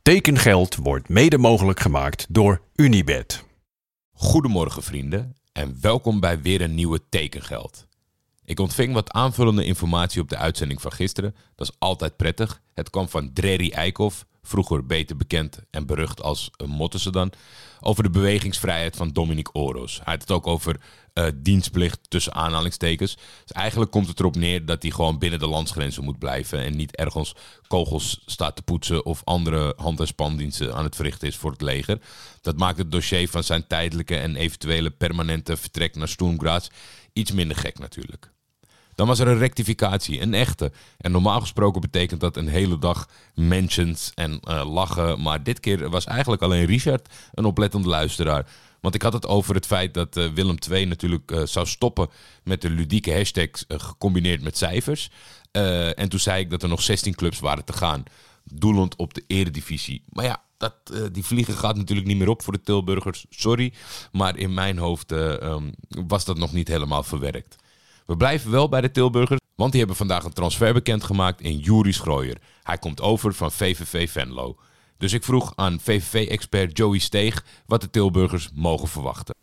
Tekengeld wordt mede mogelijk gemaakt door Unibet. Goedemorgen vrienden en welkom bij weer een nieuwe Tekengeld. Ik ontving wat aanvullende informatie op de uitzending van gisteren. Dat is altijd prettig. Het kwam van Dreri Eikhoff, vroeger beter bekend en berucht als Mottesedan, over de bewegingsvrijheid van Dominic Oros. Hij had het ook over dienstplicht tussen aanhalingstekens. Dus eigenlijk komt het erop neer dat hij gewoon binnen de landsgrenzen moet blijven en niet ergens kogels staat te poetsen of andere hand- en spandiensten aan het verrichten is voor het leger. Dat maakt het dossier van zijn tijdelijke en eventuele permanente vertrek naar Sturm Graz iets minder gek natuurlijk. Dan was er een rectificatie, een echte. En normaal gesproken betekent dat een hele dag mentions en lachen. Maar dit keer was eigenlijk alleen Richard een oplettende luisteraar. Want ik had het over het feit dat Willem II natuurlijk zou stoppen met de ludieke hashtags gecombineerd met cijfers. En toen zei ik dat er nog 16 clubs waren te gaan, doelend op de eredivisie. Maar ja, die vliegen gaat natuurlijk niet meer op voor de Tilburgers. Sorry, maar in mijn hoofd was dat nog niet helemaal verwerkt. We blijven wel bij de Tilburgers, want die hebben vandaag een transfer bekendgemaakt in Juri Schreuer. Hij komt over van VVV Venlo. Dus ik vroeg aan VVV-expert Joey Steeg wat de Tilburgers mogen verwachten.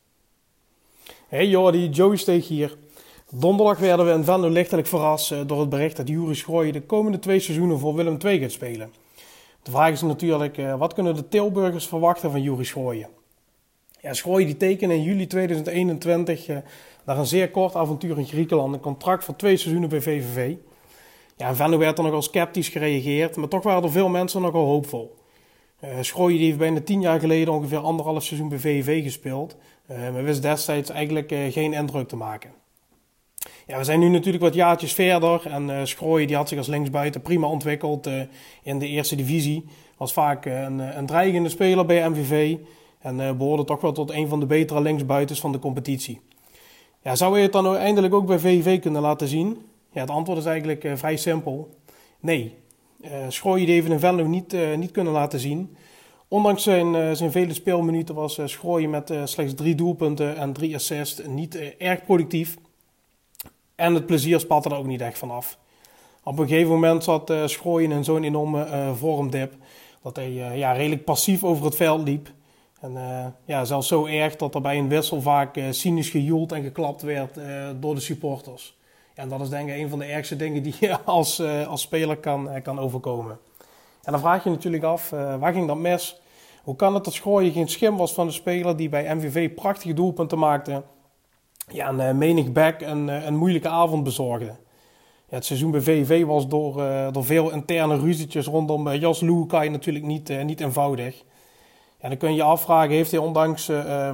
Hey Jordi, Joey Steeg hier. Donderdag werden we in Venlo lichtelijk verrast door het bericht dat Juri Schreuer de komende 2 seizoenen voor Willem II gaat spelen. De vraag is natuurlijk, wat kunnen de Tilburgers verwachten van Juri Schreuer? Ja, Schreuer die tekende in juli 2021 naar een zeer kort avontuur in Griekenland een contract voor 2 seizoenen bij VVV. Ja, in Venlo werd er nogal sceptisch gereageerd, maar toch waren er veel mensen nogal hoopvol. Schreuer die heeft bijna 10 jaar geleden ongeveer 1,5 seizoen bij VVV gespeeld, maar wist destijds eigenlijk geen indruk te maken. Ja, we zijn nu natuurlijk wat jaartjes verder en Schreuer die had zich als linksbuiten prima ontwikkeld in de eerste divisie. Was vaak een dreigende speler bij MVV en behoorde toch wel tot een van de betere linksbuitens van de competitie. Ja, zou hij het dan eindelijk ook bij VVV kunnen laten zien? Ja, het antwoord is eigenlijk vrij simpel. Nee. Schreuer heeft het in Venlo niet kunnen laten zien. Ondanks zijn vele speelminuten was Schreuer met slechts 3 doelpunten en 3 assists niet erg productief. En het plezier spatte er ook niet echt vanaf. Op een gegeven moment zat Schreuer in zo'n enorme vormdip dat hij redelijk passief over het veld liep. En zelfs zo erg dat er bij een wissel vaak cynisch gejoeld en geklapt werd door de supporters. Ja, en dat is denk ik een van de ergste dingen die je als speler kan overkomen. En dan vraag je natuurlijk af, waar ging dat mis? Hoe kan het dat Schreuer geen schim was van de speler die bij MVV prachtige doelpunten maakte? Ja, en menig back een moeilijke avond bezorgde. Ja, het seizoen bij VVV was door veel interne ruzietjes rondom Jos Luukai natuurlijk niet eenvoudig. Ja, dan kun je je afvragen, heeft hij ondanks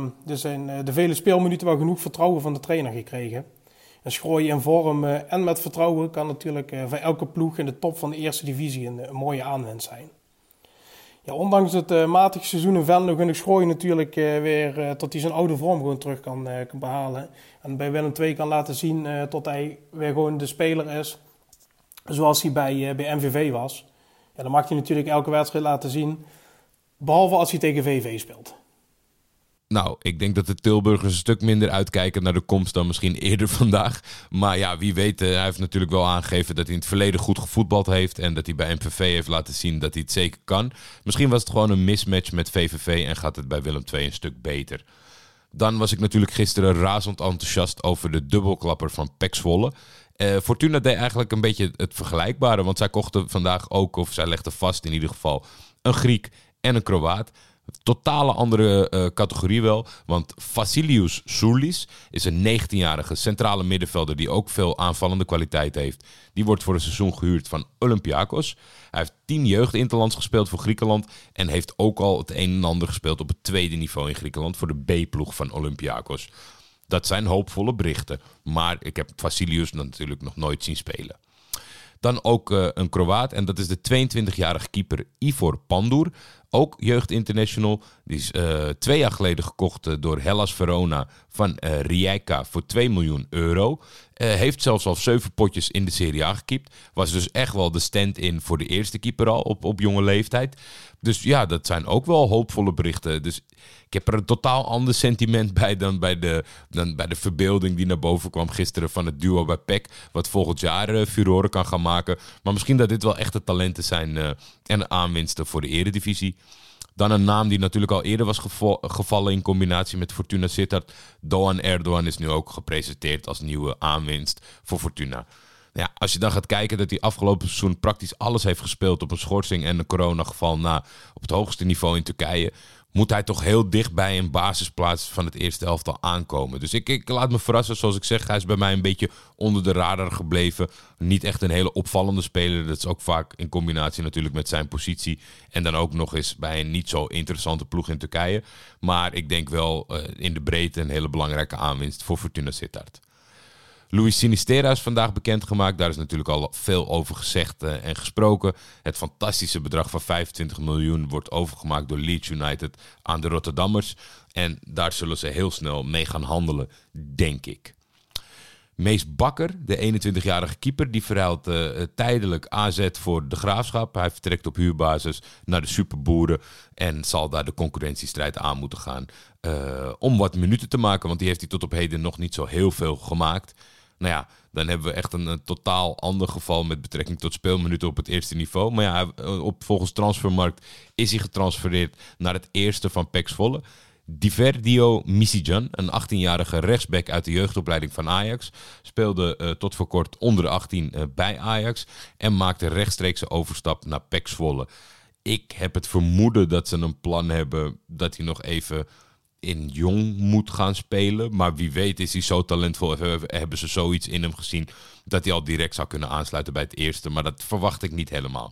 de vele speelminuten wel genoeg vertrouwen van de trainer gekregen? En Schreuer in vorm en met vertrouwen kan natuurlijk voor elke ploeg in de top van de eerste divisie een mooie aanwinst zijn. Ja, ondanks het matige seizoen in Venlo gun ik Schreuer natuurlijk weer tot hij zijn oude vorm gewoon terug kan behalen. En bij Willem II kan laten zien tot hij weer gewoon de speler is zoals hij bij MVV was. Ja, dan mag hij natuurlijk elke wedstrijd laten zien. Behalve als hij tegen VV speelt. Nou, ik denk dat de Tilburgers een stuk minder uitkijken naar de komst dan misschien eerder vandaag. Maar ja, wie weet, hij heeft natuurlijk wel aangegeven dat hij in het verleden goed gevoetbald heeft. En dat hij bij MVV heeft laten zien dat hij het zeker kan. Misschien was het gewoon een mismatch met VVV en gaat het bij Willem II een stuk beter. Dan was ik natuurlijk gisteren razend enthousiast over de dubbelklapper van PEC Zwolle. Fortuna deed eigenlijk een beetje het vergelijkbare. Want zij kochten vandaag ook, of zij legden vast in ieder geval, een Griek en een Kroaat. Totale andere categorie wel, want Vasilius Soulis is een 19-jarige centrale middenvelder die ook veel aanvallende kwaliteit heeft. Die wordt voor een seizoen gehuurd van Olympiakos. Hij heeft 10 jeugdinterlands gespeeld voor Griekenland en heeft ook al het een en ander gespeeld op het tweede niveau in Griekenland voor de B-ploeg van Olympiakos. Dat zijn hoopvolle berichten, maar ik heb Vasilius natuurlijk nog nooit zien spelen. Dan ook een Kroaat en dat is de 22-jarige keeper Ivor Pandur. Ook jeugdinternational. Die is 2 jaar geleden gekocht door Hellas Verona van Rijeka voor €2 miljoen. Heeft zelfs al 7 potjes in de Serie A gekiept. Was dus echt wel de stand-in voor de eerste keeper al op jonge leeftijd. Dus ja, dat zijn ook wel hoopvolle berichten. Dus ik heb er een totaal ander sentiment bij dan bij de verbeelding die naar boven kwam gisteren van het duo bij PEC. Wat volgend jaar furoren kan gaan maken. Maar misschien dat dit wel echte talenten zijn en aanwinsten voor de eredivisie. Dan een naam die natuurlijk al eerder was gevallen in combinatie met Fortuna Sittard. Doğan Erdoğan is nu ook gepresenteerd als nieuwe aanwinst voor Fortuna. Ja, als je dan gaat kijken dat hij afgelopen seizoen praktisch alles heeft gespeeld op een schorsing en een coronageval na op het hoogste niveau in Turkije, moet hij toch heel dicht bij een basisplaats van het eerste elftal aankomen. Dus ik laat me verrassen. Zoals ik zeg, hij is bij mij een beetje onder de radar gebleven. Niet echt een hele opvallende speler. Dat is ook vaak in combinatie natuurlijk met zijn positie. En dan ook nog eens bij een niet zo interessante ploeg in Turkije. Maar ik denk wel in de breedte een hele belangrijke aanwinst voor Fortuna Sittard. Luis Sinisterra is vandaag bekendgemaakt. Daar is natuurlijk al veel over gezegd en gesproken. Het fantastische bedrag van 25 miljoen wordt overgemaakt door Leeds United aan de Rotterdammers. En daar zullen ze heel snel mee gaan handelen, denk ik. Mees Bakker, de 21-jarige keeper, die verhuilt tijdelijk AZ voor de Graafschap. Hij vertrekt op huurbasis naar de Superboeren en zal daar de concurrentiestrijd aan moeten gaan om wat minuten te maken. Want die heeft hij tot op heden nog niet zo heel veel gemaakt. Nou ja, dan hebben we echt een totaal ander geval met betrekking tot speelminuten op het eerste niveau. Maar ja, volgens Transfermarkt is hij getransfereerd naar het eerste van PEC Zwolle. Diverdio Misijan, een 18-jarige rechtsback uit de jeugdopleiding van Ajax, speelde tot voor kort onder de 18 bij Ajax en maakte rechtstreeks een overstap naar PEC Zwolle. Ik heb het vermoeden dat ze een plan hebben dat hij nog even in jong moet gaan spelen. Maar wie weet is hij zo talentvol, hebben ze zoiets in hem gezien dat hij al direct zou kunnen aansluiten bij het eerste. Maar dat verwacht ik niet helemaal.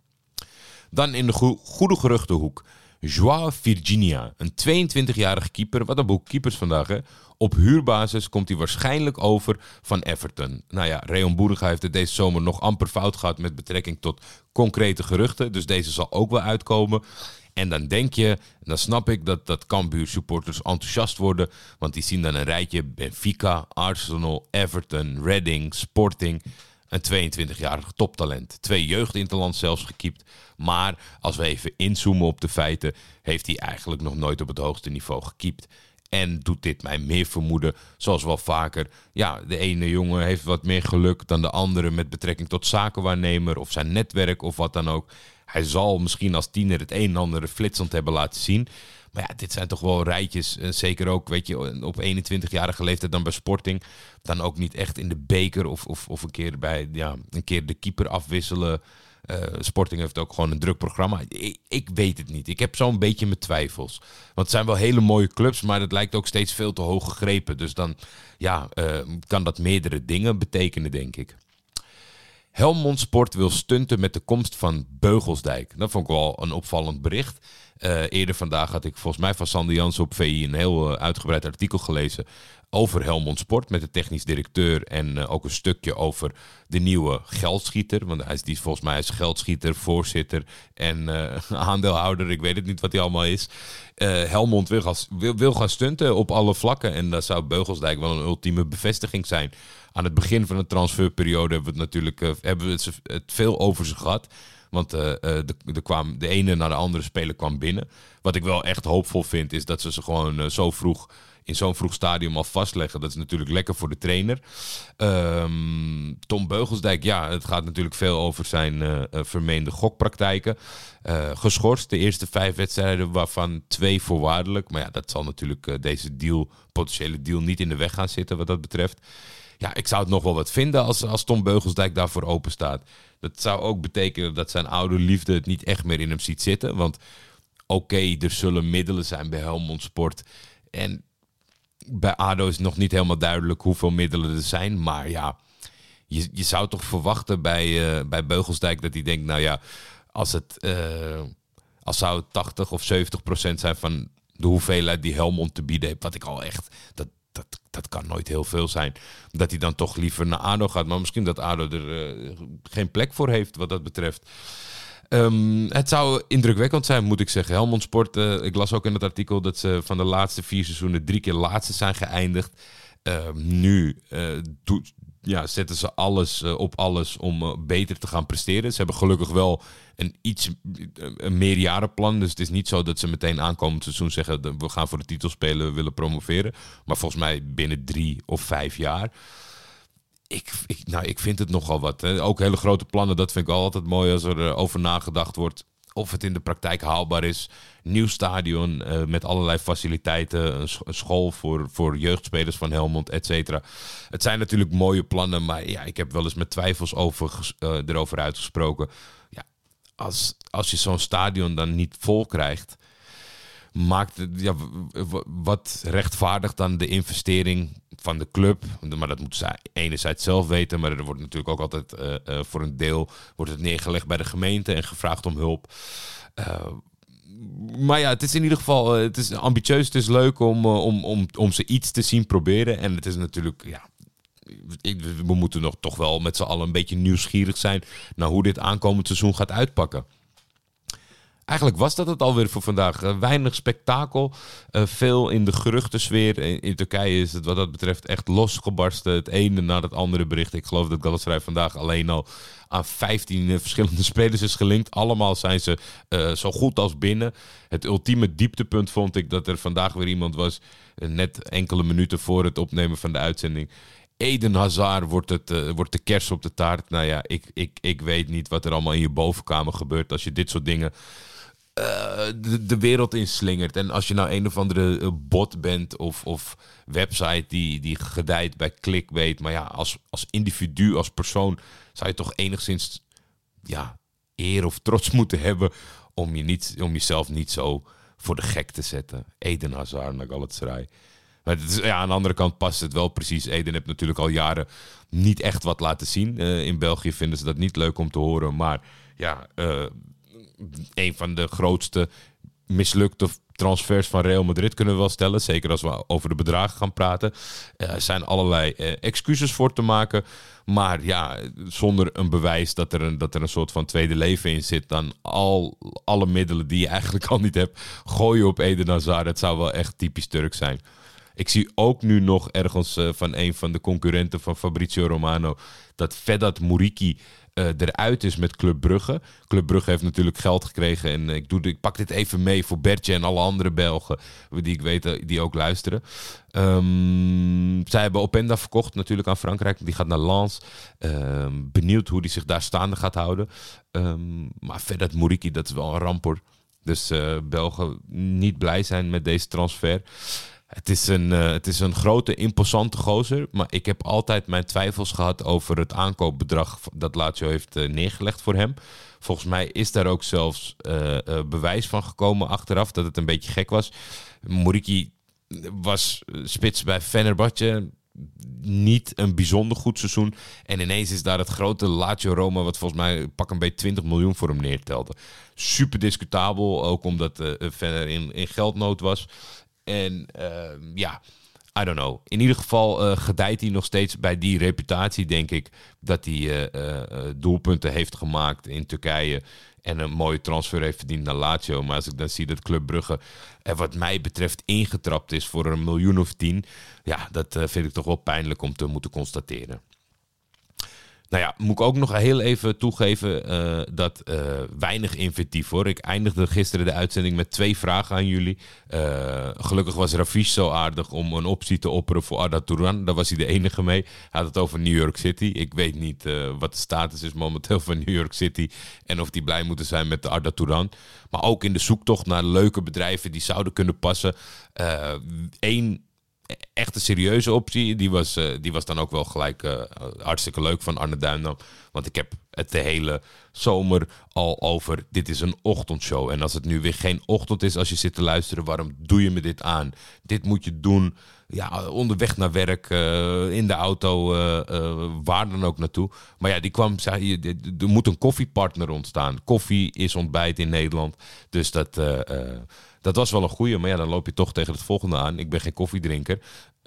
Dan in de goede geruchtenhoek. João Virginia, een 22-jarige keeper. Wat een boel keepers vandaag, hè? Op huurbasis komt hij waarschijnlijk over van Everton. Nou ja, Reon Boeriga heeft het deze zomer nog amper fout gehad met betrekking tot concrete geruchten. Dus deze zal ook wel uitkomen. En dan denk je, dan snap ik dat Cambuur supporters enthousiast worden. Want die zien dan een rijtje Benfica, Arsenal, Everton, Reading, Sporting. Een 22-jarig toptalent. 2 jeugdinterlands zelfs gekiept. Maar als we even inzoomen op de feiten, heeft hij eigenlijk nog nooit op het hoogste niveau gekiept. En doet dit mij meer vermoeden, zoals wel vaker. Ja, de ene jongen heeft wat meer geluk dan de andere met betrekking tot zakenwaarnemer of zijn netwerk of wat dan ook. Hij zal misschien als tiener het een en ander flitsend hebben laten zien. Maar ja, dit zijn toch wel rijtjes. Zeker ook, weet je, op 21-jarige leeftijd dan bij Sporting. Dan ook niet echt in de beker of een keer een keer de keeper afwisselen. Sporting heeft ook gewoon een druk programma. Ik weet het niet. Ik heb zo'n beetje mijn twijfels. Want het zijn wel hele mooie clubs, maar het lijkt ook steeds veel te hoog gegrepen. Dus dan kan dat meerdere dingen betekenen, denk ik. Helmond Sport wil stunten met de komst van Beugelsdijk. Dat vond ik wel een opvallend bericht. Eerder vandaag had ik volgens mij van Sander Jansen op VI een heel uitgebreid artikel gelezen over Helmond Sport met de technisch directeur en ook een stukje over de nieuwe geldschieter. Want hij is volgens mij geldschieter, voorzitter en aandeelhouder. Ik weet het niet wat hij allemaal is. Helmond wil gaan stunten op alle vlakken en dat zou Beugelsdijk wel een ultieme bevestiging zijn. Aan het begin van de transferperiode hebben we het veel over ze gehad. Want de ene naar de andere speler kwam binnen. Wat ik wel echt hoopvol vind is dat ze gewoon in zo'n vroeg stadium al vastleggen. Dat is natuurlijk lekker voor de trainer. Tom Beugelsdijk, ja, het gaat natuurlijk veel over zijn vermeende gokpraktijken. Geschorst, de eerste 5 wedstrijden, waarvan 2 voorwaardelijk. Maar ja, dat zal natuurlijk deze potentiële deal niet in de weg gaan zitten wat dat betreft. Ja, ik zou het nog wel wat vinden als Tom Beugelsdijk daarvoor open staat. Dat zou ook betekenen dat zijn oude liefde het niet echt meer in hem ziet zitten. Want oké, er zullen middelen zijn bij Helmond Sport. En bij ADO is het nog niet helemaal duidelijk hoeveel middelen er zijn. Maar ja, je zou toch verwachten bij Beugelsdijk dat hij denkt, nou ja, als zou het 80 of 70% zijn van de hoeveelheid die Helmond te bieden heeft, wat ik al echt, dat kan nooit heel veel zijn. Dat hij dan toch liever naar ADO gaat. Maar misschien dat ADO er geen plek voor heeft wat dat betreft. Het zou indrukwekkend zijn, moet ik zeggen. Helmond Sport, ik las ook in het artikel dat ze van de laatste 4 seizoenen 3 keer laatste zijn geëindigd. Nu zetten ze alles op alles om beter te gaan presteren. Ze hebben gelukkig wel een meerjarenplan. Dus het is niet zo dat ze meteen aankomend seizoen zeggen... we gaan voor de titel spelen, we willen promoveren. Maar volgens mij binnen 3 of 5 jaar... Ik vind het nogal wat. Hè. Ook hele grote plannen, dat vind ik altijd mooi als er over nagedacht wordt. Of het in de praktijk haalbaar is. Nieuw stadion met allerlei faciliteiten. Een school voor jeugdspelers van Helmond, et cetera. Het zijn natuurlijk mooie plannen, maar ja, ik heb wel eens met twijfels erover uitgesproken. Ja, als je zo'n stadion dan niet vol krijgt... maakt het, wat rechtvaardigt dan de investering van de club? Maar dat moeten ze enerzijds zelf weten, maar er wordt natuurlijk ook altijd voor een deel wordt het neergelegd bij de gemeente en gevraagd om hulp. Maar ja, het is in ieder geval het is ambitieus, het is leuk om ze iets te zien proberen. En het is natuurlijk, we moeten nog toch wel met z'n allen een beetje nieuwsgierig zijn naar hoe dit aankomend seizoen gaat uitpakken. Eigenlijk was dat het alweer voor vandaag. Weinig spektakel. Veel in de geruchtensfeer. In Turkije is het wat dat betreft echt losgebarsten. Het ene na het andere bericht. Ik geloof dat Galatasaray vandaag alleen al aan 15 verschillende spelers is gelinkt. Allemaal zijn ze zo goed als binnen. Het ultieme dieptepunt vond ik dat er vandaag weer iemand was. Net enkele minuten voor het opnemen van de uitzending. Eden Hazard wordt de kers op de taart. Nou ja, ik weet niet wat er allemaal in je bovenkamer gebeurt als je dit soort dingen de wereld inslingert. En als je nou een of andere bot bent of website die gedijt bij clickbait. Maar ja, als individu, als persoon zou je toch enigszins eer of trots moeten hebben om jezelf niet zo voor de gek te zetten. Eden Hazard naar Galatasaray. Maar aan de andere kant past het wel precies. Eden heeft natuurlijk al jaren niet echt wat laten zien. In België vinden ze dat niet leuk om te horen. Maar ja, een van de grootste mislukte transfers van Real Madrid kunnen we wel stellen. Zeker als we over de bedragen gaan praten. Er zijn allerlei excuses voor te maken. Maar ja, zonder een bewijs dat er een soort van tweede leven in zit... dan alle middelen die je eigenlijk al niet hebt... gooien op Eden Hazard. Het zou wel echt typisch Turk zijn. Ik zie ook nu nog ergens van een van de concurrenten van Fabrizio Romano... dat Vedat Muriqi eruit is met Club Brugge. Club Brugge heeft natuurlijk geld gekregen. En ik pak dit even mee voor Bertje en alle andere Belgen... die ik weet die ook luisteren. Zij hebben Openda verkocht natuurlijk aan Frankrijk. Die gaat naar Lens. Benieuwd hoe die zich daar staande gaat houden. Maar Vedat Muriqi, dat is wel een ramp hoor. Dus Belgen niet blij zijn met deze transfer... Het is een grote, imposante gozer. Maar ik heb altijd mijn twijfels gehad over het aankoopbedrag dat Lazio heeft neergelegd voor hem. Volgens mij is daar ook zelfs bewijs van gekomen achteraf dat het een beetje gek was. Muriqi was spits bij Fenerbahce. Niet een bijzonder goed seizoen. En ineens is daar het grote Lazio Roma, wat volgens mij pak een beetje 20 miljoen voor hem neertelde. Super discutabel, ook omdat Fener in geldnood was. En I don't know. In ieder geval gedijt hij nog steeds bij die reputatie, denk ik. Dat hij doelpunten heeft gemaakt in Turkije. En een mooie transfer heeft verdiend naar Lazio. Maar als ik dan zie dat Club Brugge er wat mij betreft ingetrapt is voor 1 miljoen of 10. Ja, dat vind ik toch wel pijnlijk om te moeten constateren. Nou ja, moet ik ook nog heel even toegeven dat weinig inventief hoor. Ik eindigde gisteren de uitzending met 2 vragen aan jullie. Gelukkig was Rafish zo aardig om een optie te opperen voor Arda Turan. Daar was hij de enige mee. Hij had het over New York City. Ik weet niet wat de status is momenteel van New York City. En of die blij moeten zijn met de Arda Turan. Maar ook in de zoektocht naar leuke bedrijven die zouden kunnen passen. Eén echte serieuze optie, die was dan ook wel gelijk hartstikke leuk van Arne Duindam. Want ik heb het de hele zomer al over, dit is een ochtendshow. En als het nu weer geen ochtend is als je zit te luisteren, waarom doe je me dit aan? Dit moet je doen, onderweg naar werk, in de auto, waar dan ook naartoe. Maar ja, die kwam, zei, er moet een koffiepartner ontstaan. Koffie is ontbijt in Nederland. Dus dat was wel een goeie, maar ja, dan loop je toch tegen het volgende aan. Ik ben geen koffiedrinker.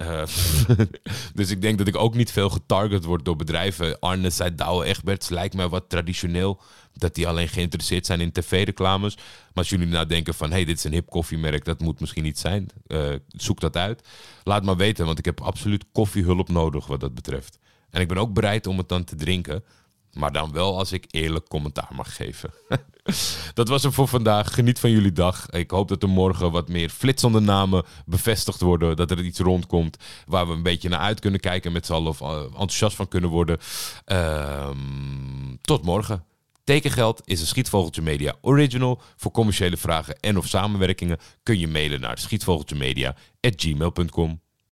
Dus ik denk dat ik ook niet veel getarget word door bedrijven. Arne zei, Douwe Egberts lijkt mij wat traditioneel. Dat die alleen geïnteresseerd zijn in tv-reclames. Maar als jullie nou denken van, dit is een hip koffiemerk, dat moet misschien niet zijn. Zoek dat uit. Laat maar weten, want ik heb absoluut koffiehulp nodig wat dat betreft. En ik ben ook bereid om het dan te drinken. Maar dan wel als ik eerlijk commentaar mag geven. Dat was het voor vandaag. Geniet van jullie dag. Ik hoop dat er morgen wat meer flitsende namen bevestigd worden. Dat er iets rondkomt waar we een beetje naar uit kunnen kijken met z'n allen. Of enthousiast van kunnen worden. Tot morgen. Tekengeld is een Schietvogeltje Media original. Voor commerciële vragen en of samenwerkingen kun je mailen naar schietvogeltjemedia@gmail.com.